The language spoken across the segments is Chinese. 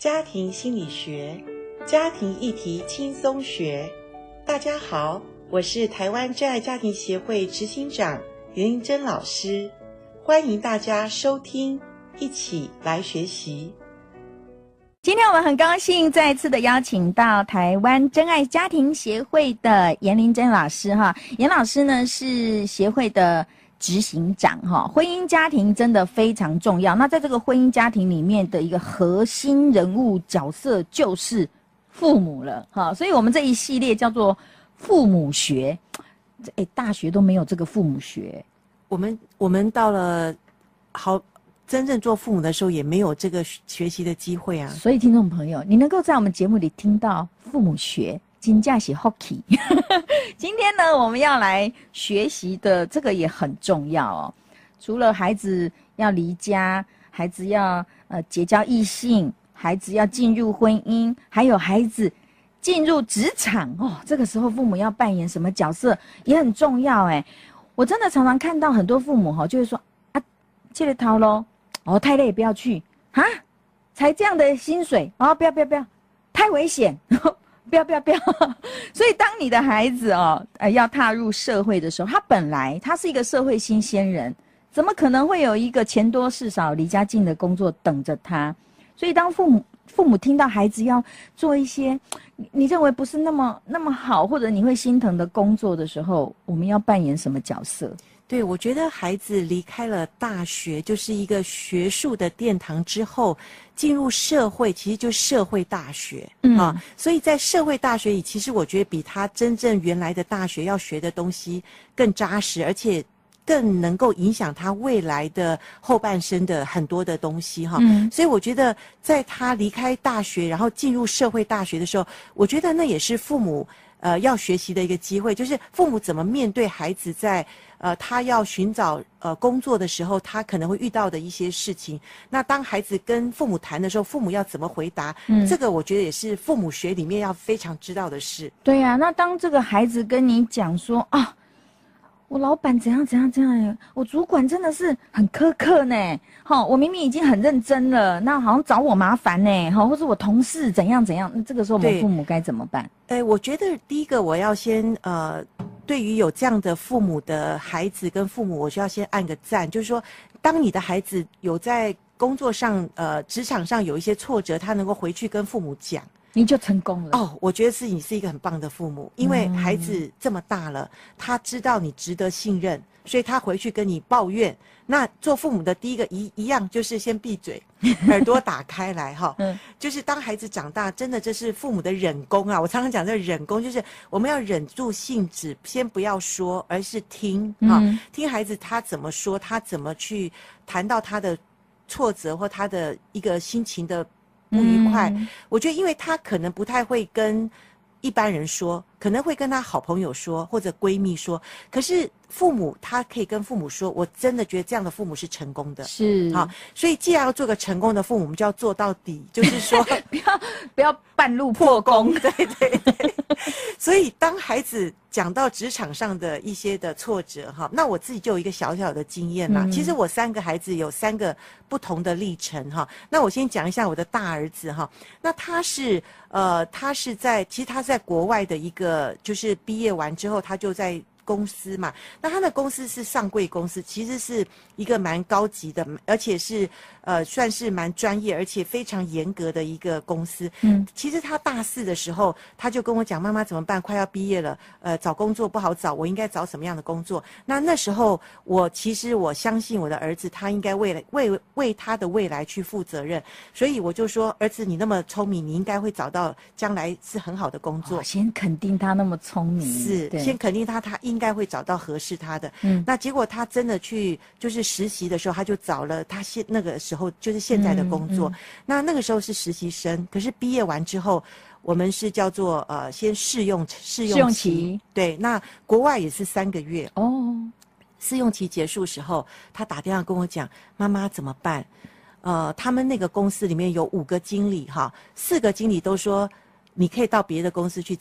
家庭心理学，家庭议题轻松学。大家好，我是台湾真爱家庭协会执行长严玲珍老师，欢迎大家收听，一起来学习。 今天我们很高兴再次的邀请到台湾真爱家庭协会的严玲珍老师哈。严老师呢是协会的执行长哈。婚姻家庭真的非常重要，那在这个婚姻家庭里面的一个核心人物角色就是父母了哈。所以我们这一系列叫做父母学。大学都没有这个父母学。 我们到了真正做父母的时候也没有这个学习的机会啊。 所以听众朋友，你能够在我们节目里听到父母学，真的是 hockey 今天呢我们要来学习的这个也很重要哦。除了孩子要离家，孩子要结交异性，孩子要进入婚姻，还有孩子进入职场哦，这个时候父母要扮演什么角色也很重要哎。我真的常常看到很多父母就会说啊，这个掏咯太累不要去啊，才这样的薪水不要太危险不要所以当你的孩子要踏入社会的时候，他是一个社会新鲜人，怎么可能会有一个钱多事少离家近的工作等着他？所以当父母听到孩子要做一些你认为不是那么好，或者你会心疼的工作的时候，我们要扮演什么角色？ 对，我觉得孩子离开了大学，就是一个学术的殿堂之后，进入社会，其实就是社会大学所以在社会大学里，其实我觉得比他真正原来的大学要学的东西更扎实，而且更能够影响他未来的后半生的很多的东西所以我觉得在他离开大学，然后进入社会大学的时候，我觉得那也是父母要学习的一个机会，就是父母怎么面对孩子在他要寻找工作的时候，他可能会遇到的一些事情。那当孩子跟父母谈的时候，父母要怎么回答？这个我觉得也是父母学里面要非常知道的事。 对啊，那当这个孩子跟你讲说我老板怎样，我主管真的是很苛刻呢，我明明已经很认真了，那好像找我麻烦呢，或者我同事怎样，这个时候我们父母该怎么办？ 我觉得第一个我要先对于有这样的父母的孩子跟父母，我就要先按个赞，就是说，当你的孩子有在工作上职场上有一些挫折，他能够回去跟父母讲， 你就成功了我觉得你是一个很棒的父母，因为孩子这么大了，他知道你值得信任，所以他回去跟你抱怨。那做父母的第一个一样就是先闭嘴，耳朵打开来就是当孩子长大，真的这是父母的忍功啊！我常常讲这个忍功，就是我们要忍住性子，先不要说，而是听听孩子他怎么说，他怎么去谈到他的挫折或他的一个心情的不愉快。我觉得因为他可能不太会跟一般人说，可能会跟他好朋友说或者闺蜜说，可是父母他可以跟父母说，我真的觉得这样的父母是成功的， 是所以既然要做个成功的父母，我们就要做到底，就是说不要半路破功。 对所以当孩子讲到职场上的一些的挫折那我自己就有一个小小的经验啦。其实我3个孩子有3个不同的历程那我先讲一下我的大儿子那他是其实他在国外的一个，就是毕业完之后他就在公司嘛，那他的公司是上柜公司，其实是一个蛮高级的，而且是算是蛮专业而且非常严格的一个公司。其实他大4的时候，他就跟我讲，妈妈怎么办？快要毕业了，找工作不好找，我应该找什么样的工作？那时候其实我相信我的儿子，他应该为他的未来去负责任，所以我就说，儿子你那么聪明，你应该会找到将来是很好的工作。 先肯定他那么聪明， 是先肯定他应该会找到合适他的。那结果他真的去就是实习的时候，他就找了他那个时候就是现在的工作。那个时候是实习生，可是毕业完之后，我们是叫做先试用期。对，那国外也是3个月试用期结束的时候，他打电话跟我讲，妈妈怎么办？他们那个公司里面有5个经理4个经理都说你可以到别的公司去找。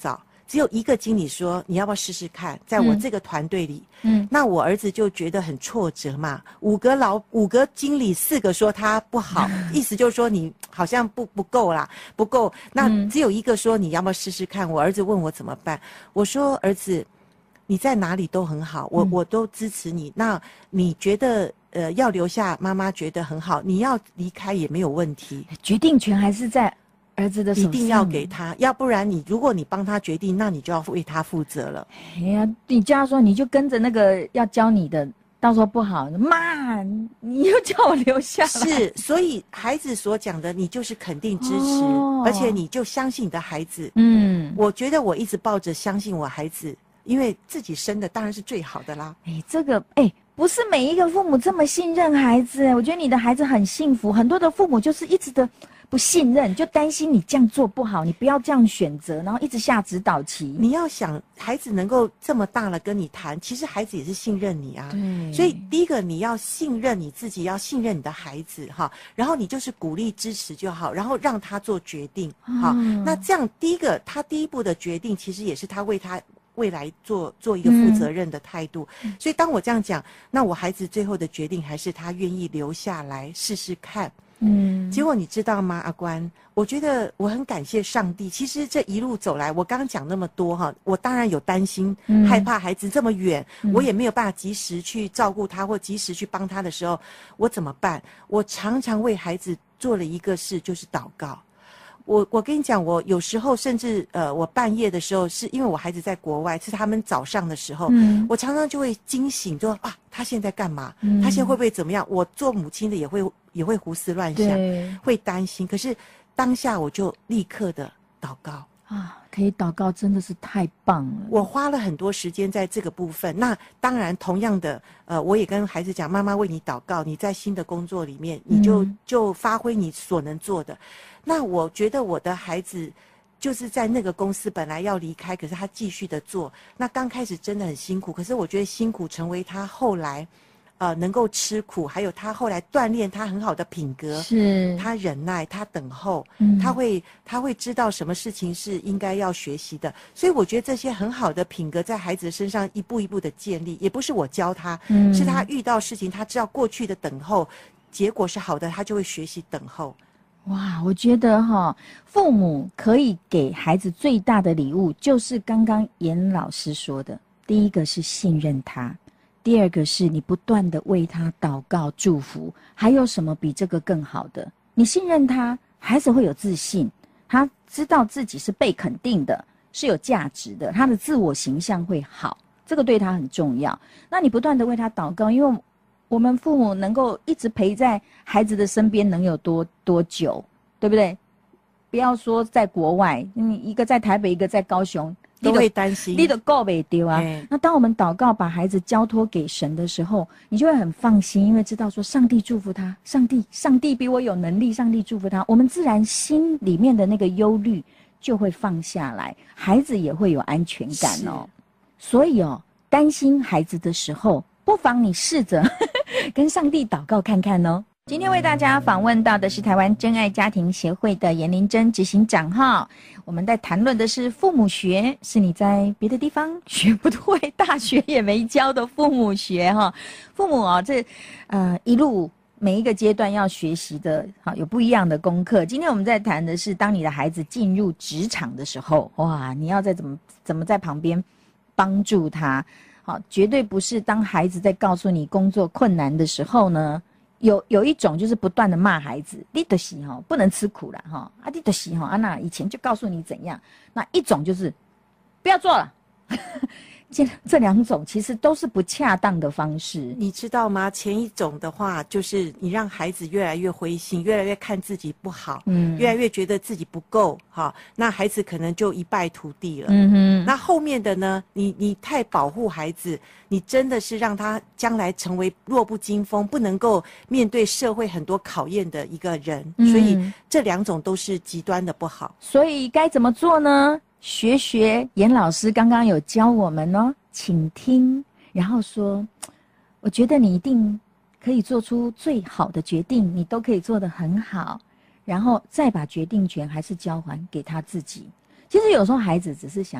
只有一个经理说你要不要试试看，在我这个团队里，那我儿子就觉得很挫折嘛。5个经理4个说他不好，意思就是说你好像不够啦，不够。那只有一个说你要不要试试看，我儿子问我怎么办，我说儿子，你在哪里都很好，我都支持你。那你觉得要留下，妈妈觉得很好，你要离开也没有问题， 决定权还是在儿子的手上， 一定要给他，要不然如果你帮他决定，那你就要为他负责了。 哎呀，你叫他说，你就跟着那个要教你的，到时候不好，妈，你又叫我留下来。 是，所以孩子所讲的，你就是肯定支持，而且你就相信你的孩子。我觉得我一直抱着相信我孩子，因为自己生的当然是最好的啦。 这个不是每一个父母这么信任孩子，我觉得你的孩子很幸福。很多的父母就是一直的不信任，就担心你这样做不好，你不要这样选择，然后一直下指导棋。 你要想孩子能够这么大了跟你谈，其实孩子也是信任你啊。 对， 所以第一个你要信任你自己，要信任你的孩子哈，然后你就是鼓励支持就好，然后让他做决定。好，那这样他第一步的决定，其实也是他为他未来做一个负责任的态度。所以当我这样讲，那我孩子最后的决定还是他愿意留下来试试看。结果你知道吗，阿关？我觉得我很感谢上帝。其实这一路走来，我刚刚讲那么多哈，我当然有担心、害怕孩子这么远，我也没有办法及时去照顾他或及时去帮他的时候，我怎么办？我常常为孩子做了一个事，就是祷告。我跟你讲，我有时候甚至我半夜的时候，是因为我孩子在国外，是他们早上的时候，我常常就会惊醒，就说他现在干嘛？他现在会不会怎么样？我做母亲的也会胡思乱想，会担心。可是当下我就立刻的祷告啊，可以祷告真的是太棒了。 我花了很多时间在这个部分。那当然，同样的，我也跟孩子讲，妈妈为你祷告。你在新的工作里面，你就发挥你所能做的。那我觉得我的孩子就是在那个公司本来要离开，可是他继续的做。那刚开始真的很辛苦，可是我觉得辛苦成为他后来能够吃苦，还有他后来锻炼他很好的品格， 是他忍耐，他等候，他会知道什么事情是应该要学习的。所以我觉得这些很好的品格在孩子身上一步一步的建立，也不是我教他，是他遇到事情，他知道过去的等候结果是好的，他就会学习等候。 哇，我觉得父母可以给孩子最大的礼物，就是刚刚严老师说的，第一个是信任他，第二个是你不断的为他祷告祝福。还有什么比这个更好的？你信任他，孩子会有自信，他知道自己是被肯定的，是有价值的，他的自我形象会好，这个对他很重要。那你不断的为他祷告，因为我们父母能够一直陪在孩子的身边能有多久，对不对？不要说在国外，一个在台北，一个在高雄， 都会担心， 你的够不丢啊。那当我们祷告把孩子交托给神的时候，你就会很放心，因为知道说上帝祝福他，上帝比我有能力，上帝祝福他，我们自然心里面的那个忧虑就会放下来，孩子也会有安全感哦。所以担心孩子的时候，不妨你试着跟上帝祷告看看哦。今天为大家访问到的是台湾真爱家庭协会的严玲珍执行长哈，我们在谈论的是父母学，是你在别的地方学不会，大学也没教的父母学哈。父母这一路每一个阶段要学习的有不一样的功课。今天我们在谈的是，当你的孩子进入职场的时候，哇，你要怎么在旁边帮助他。绝对不是当孩子在告诉你工作困难的时候呢，有一种就是不断的骂孩子，你就是不能吃苦啦你就是那以前就告诉你怎样。那一种就是不要做了。这两种其实都是不恰当的方式， 你知道吗？前一种的话就是你让孩子越来越灰心，越来越看自己不好，越来越觉得自己不够那孩子可能就一败涂地了。那后面的呢，你太保护孩子，你真的是让他将来成为弱不禁风，不能够面对社会很多考验的一个人。所以这两种都是极端的不好。 所以该怎么做呢？学严老师刚刚有教我们倾听，然后说我觉得你一定可以做出最好的决定，你都可以做得很好，然后再把决定权还是交还给他自己。其实有时候孩子只是想要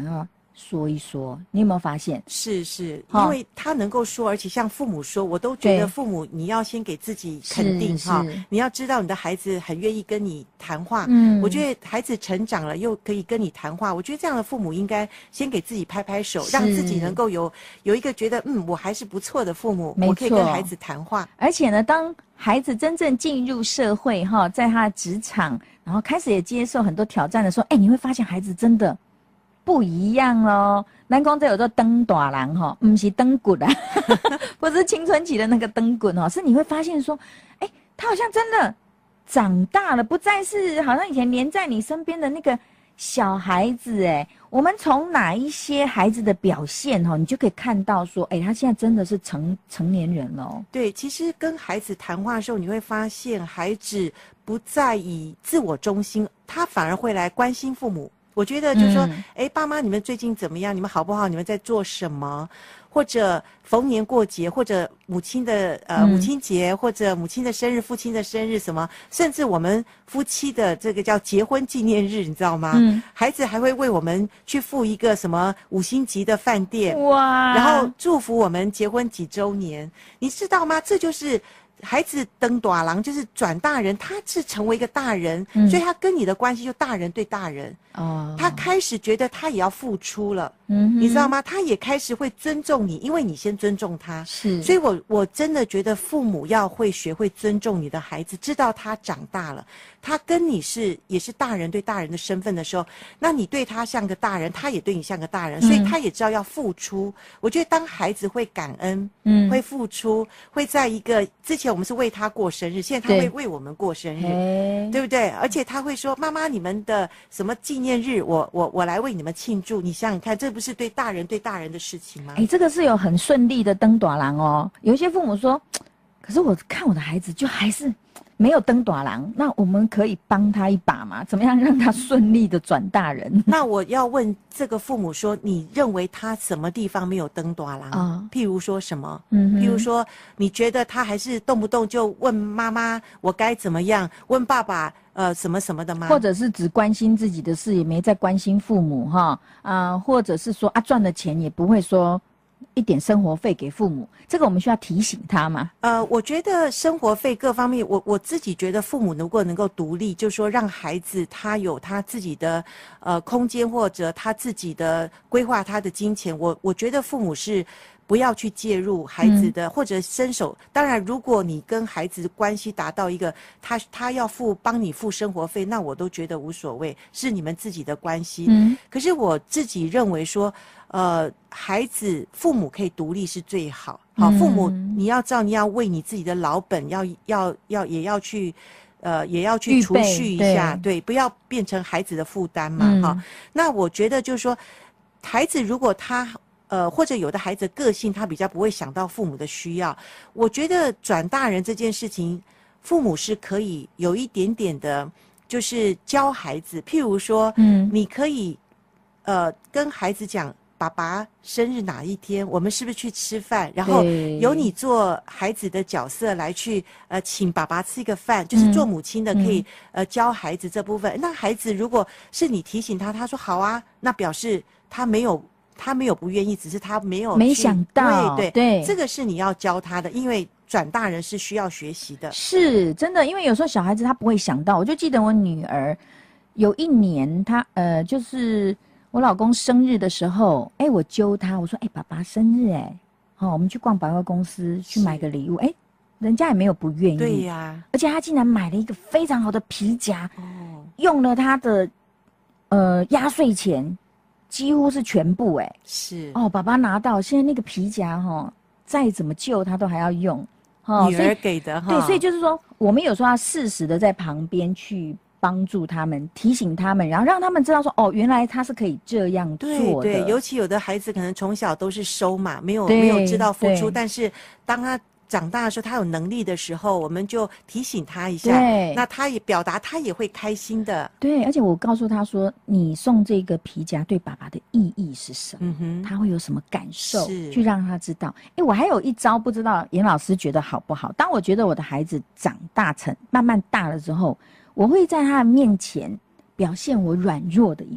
说一说，你有没有发现？ 是，因为他能够说，而且像父母说，我都觉得父母你要先给自己肯定哈，你要知道你的孩子很愿意跟你谈话。我觉得孩子成长了又可以跟你谈话，我觉得这样的父母应该先给自己拍拍手，让自己能够有一个觉得我还是不错的父母，我可以跟孩子谈话。 而且呢，当孩子真正进入社会哈，在他的职场，然后开始也接受很多挑战的时候，你会发现孩子真的不一样咯。咱讲这有做登大人哈，不是登骨啊，不是青春期的那个登骨哦，是你会发现说，他好像真的长大了，不再是好像以前黏在你身边的那个小孩子。我们从哪一些孩子的表现你就可以看到说，他现在真的是成年人了。对， 其实跟孩子谈话的时候，你会发现孩子不再以自我中心，他反而会来关心父母。我觉得就是说，爸妈，你们最近怎么样？你们好不好？你们在做什么？或者逢年过节，或者母亲的母亲节，或者母亲的生日、父亲的生日什么，甚至我们夫妻的这个叫结婚纪念日，你知道吗？孩子还会为我们去付一个什么5星级的饭店，哇！然后祝福我们结婚几周年，你知道吗？这就是孩子登大人，就是转大人，他是成为一个大人，所以他跟你的关系就大人对大人。他开始觉得他也要付出了，你知道吗？他也开始会尊重你，因为你先尊重他。是，所以我真的觉得父母要会学会尊重你的孩子，知道他长大了，他跟你也是大人对大人的身份的时候，那你对他像个大人，他也对你像个大人，所以他也知道要付出。我觉得当孩子会感恩，会付出，会在一个之前我们是为他过生日，现在他会为我们过生日，对不对？而且他会说：“妈妈，你们的什么纪念日，我来为你们庆祝。”你想想看，这不是对大人的事情吗？ 这个是有很顺利的登大人哦。有一些父母说：“可是我看我的孩子就还是没有登大人，那我们可以帮他一把吗？怎么样让他顺利的转大人？” 那我要问这个父母说，你认为他什么地方没有登大人？譬如说什么？譬如说你觉得他还是动不动就问妈妈我该怎么样，问爸爸什么什么的吗？ 或者是只关心自己的事，也没在关心父母哈或者是说赚的钱也不会说一点生活费给父母，这个我们需要提醒他吗？ 我觉得生活费各方面，我自己觉得父母如果能够独立，就是说让孩子他有他自己的空间，或者他自己的规划他的金钱，我觉得父母是不要去介入孩子的，或者伸手。当然，如果你跟孩子关系达到一个他要帮你付生活费，那我都觉得无所谓，是你们自己的关系。可是我自己认为说，孩子父母可以独立是最好。好，父母你要知道，你要为你自己的老本也要去储蓄一下，对，不要变成孩子的负担嘛。那我觉得就是说，孩子如果他或者有的孩子个性他比较不会想到父母的需要，我觉得转大人这件事情，父母是可以有一点点的，就是教孩子，譬如说，你可以跟孩子讲，爸爸生日哪一天，我们是不是去吃饭？然后由你做孩子的角色来去请爸爸吃一个饭，就是做母亲的可以教孩子这部分。那孩子如果是你提醒他，他说好啊，那表示他没有不愿意，只是他没想到。对， 这个是你要教他的，因为转大人是需要学习的。 是真的，因为有时候小孩子他不会想到。我就记得我女儿有一年，她就是我老公生日的时候，我揪他，我说爸爸生日我们去逛百货公司去买个礼物，人家也没有不愿意。 对呀， 而且他竟然买了一个非常好的皮夹，用了他的压岁钱。几乎是全部是爸爸拿到现在那个皮夹再怎么旧他都还要用女儿给的对，所以就是说我们有时候要适时的在旁边去帮助他们，提醒他们，然后让他们知道说原来他是可以这样做的。 对，尤其有的孩子可能从小都是收嘛，没有知道付出，但是当他长大的时候，他有能力的时候，我们就提醒他一下，那他也表达，他也会开心的。 对，而且我告诉他说，你送这个皮夹对爸爸的意义是什么？他会有什么感受？去让他知道。我还有一招，不知道严老师觉得好不好？当我觉得我的孩子长大慢慢大了之后，我会在他的面前表现我软弱的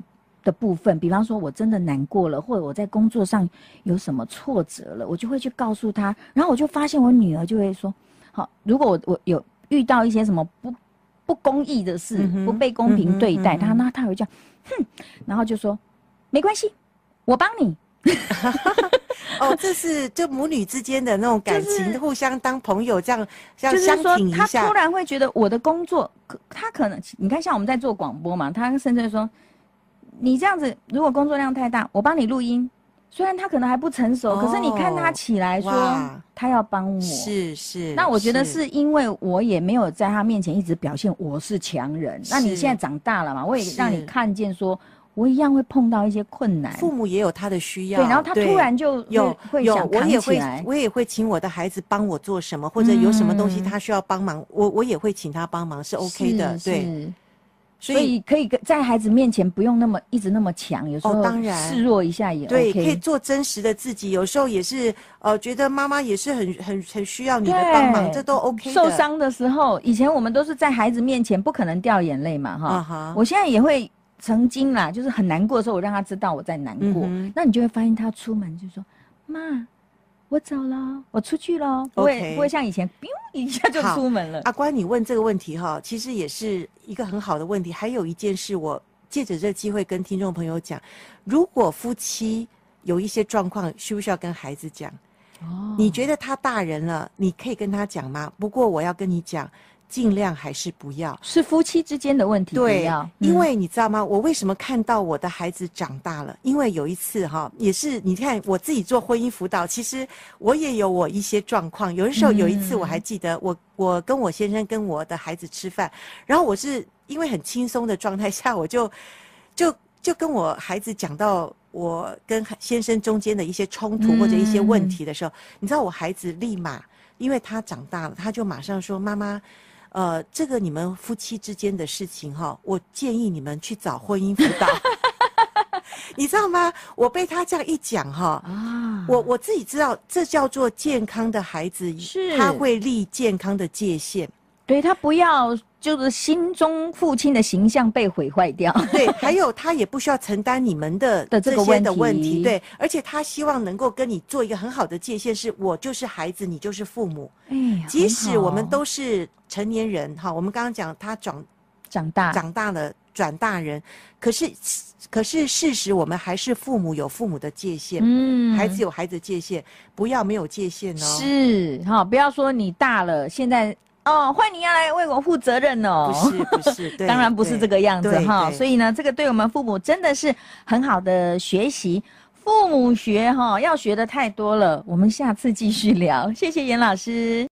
的部分，比方说我真的难过了，或者我在工作上有什么挫折了，我就会去告诉他，然后我就发现我女儿就会说，好，如果我有遇到一些什么不公义的事，不被公平对待，那他会这样，哼，然后就说没关系，我帮你。 哦，这是就母女之间的那种感情，就是互相当朋友，这样相挺一下。 他突然会觉得我的工作，他可能你看，像我们在做广播嘛，他甚至说，你这样子如果工作量太大，我帮你录音。虽然他可能还不成熟，可是你看他起来说他要帮我， 是。 那我觉得是因为我也没有在他面前一直表现我是强人。那你现在长大了嘛，我也让你看见说。我一样会碰到一些困难， 父母也有他的需要， 对，然后他突然就会想扛起来。 我也会请我的孩子帮我做什么，或者有什么东西他需要帮忙，我也会请他帮忙，是 OK 的，对。 所以可以在孩子面前不用一直那么强，有时候当然示弱一下也 OK， 对，可以做真实的自己。有时候也是觉得妈妈也是很需要你的帮忙，这都 OK 的。 受伤的时候，以前我们都是在孩子面前不可能掉眼泪嘛，哈。我现在也会。曾经啦，就是很难过的时候，我让他知道我在难过，那你就会发现他出门就说：“妈，我走了，我出去了。”不会像以前，一下就出门了。 阿关，你问这个问题哈，其实也是一个很好的问题。还有一件事，我借着这个机会跟听众朋友讲：如果夫妻有一些状况，需不需要跟孩子讲？你觉得他大人了，你可以跟他讲吗？不过我要跟你讲。尽量还是不要， 是夫妻之间的问题。 对，因为你知道吗？我为什么看到我的孩子长大了？因为有一次哈，也是你看我自己做婚姻辅导，其实我也有我一些状况。有的时候有一次我还记得，我跟我先生跟我的孩子吃饭，然后我是因为很轻松的状态下，我就跟我孩子讲到我跟先生中间的一些冲突或者一些问题的时候，你知道我孩子立马，因为他长大了，他就马上说：“妈妈。”这个你们夫妻之间的事情哈，我建议你们去找婚姻辅导，你知道吗？我被他这样一讲哈，我自己知道，这叫做健康的孩子，他会立健康的界限， 对他不要就是心中父亲的形象被毁坏掉， 对，还有他也不需要承担你们的这些的问题，对，而且他希望能够跟你做一个很好的界限，是我就是孩子，你就是父母，即使我们都是成年人哈，我们刚刚讲他长大了转大人，可是事实我们还是父母有父母的界限，孩子有孩子的界限，不要没有界限哦， 是哈，不要说你大了现在。换你要来为我负责任哦！ 不是，对， 当然不是这个样子哈。所以呢，这个对我们父母真的是很好的学习。父母学哈，要学的太多了，我们下次继续聊。谢谢严老师。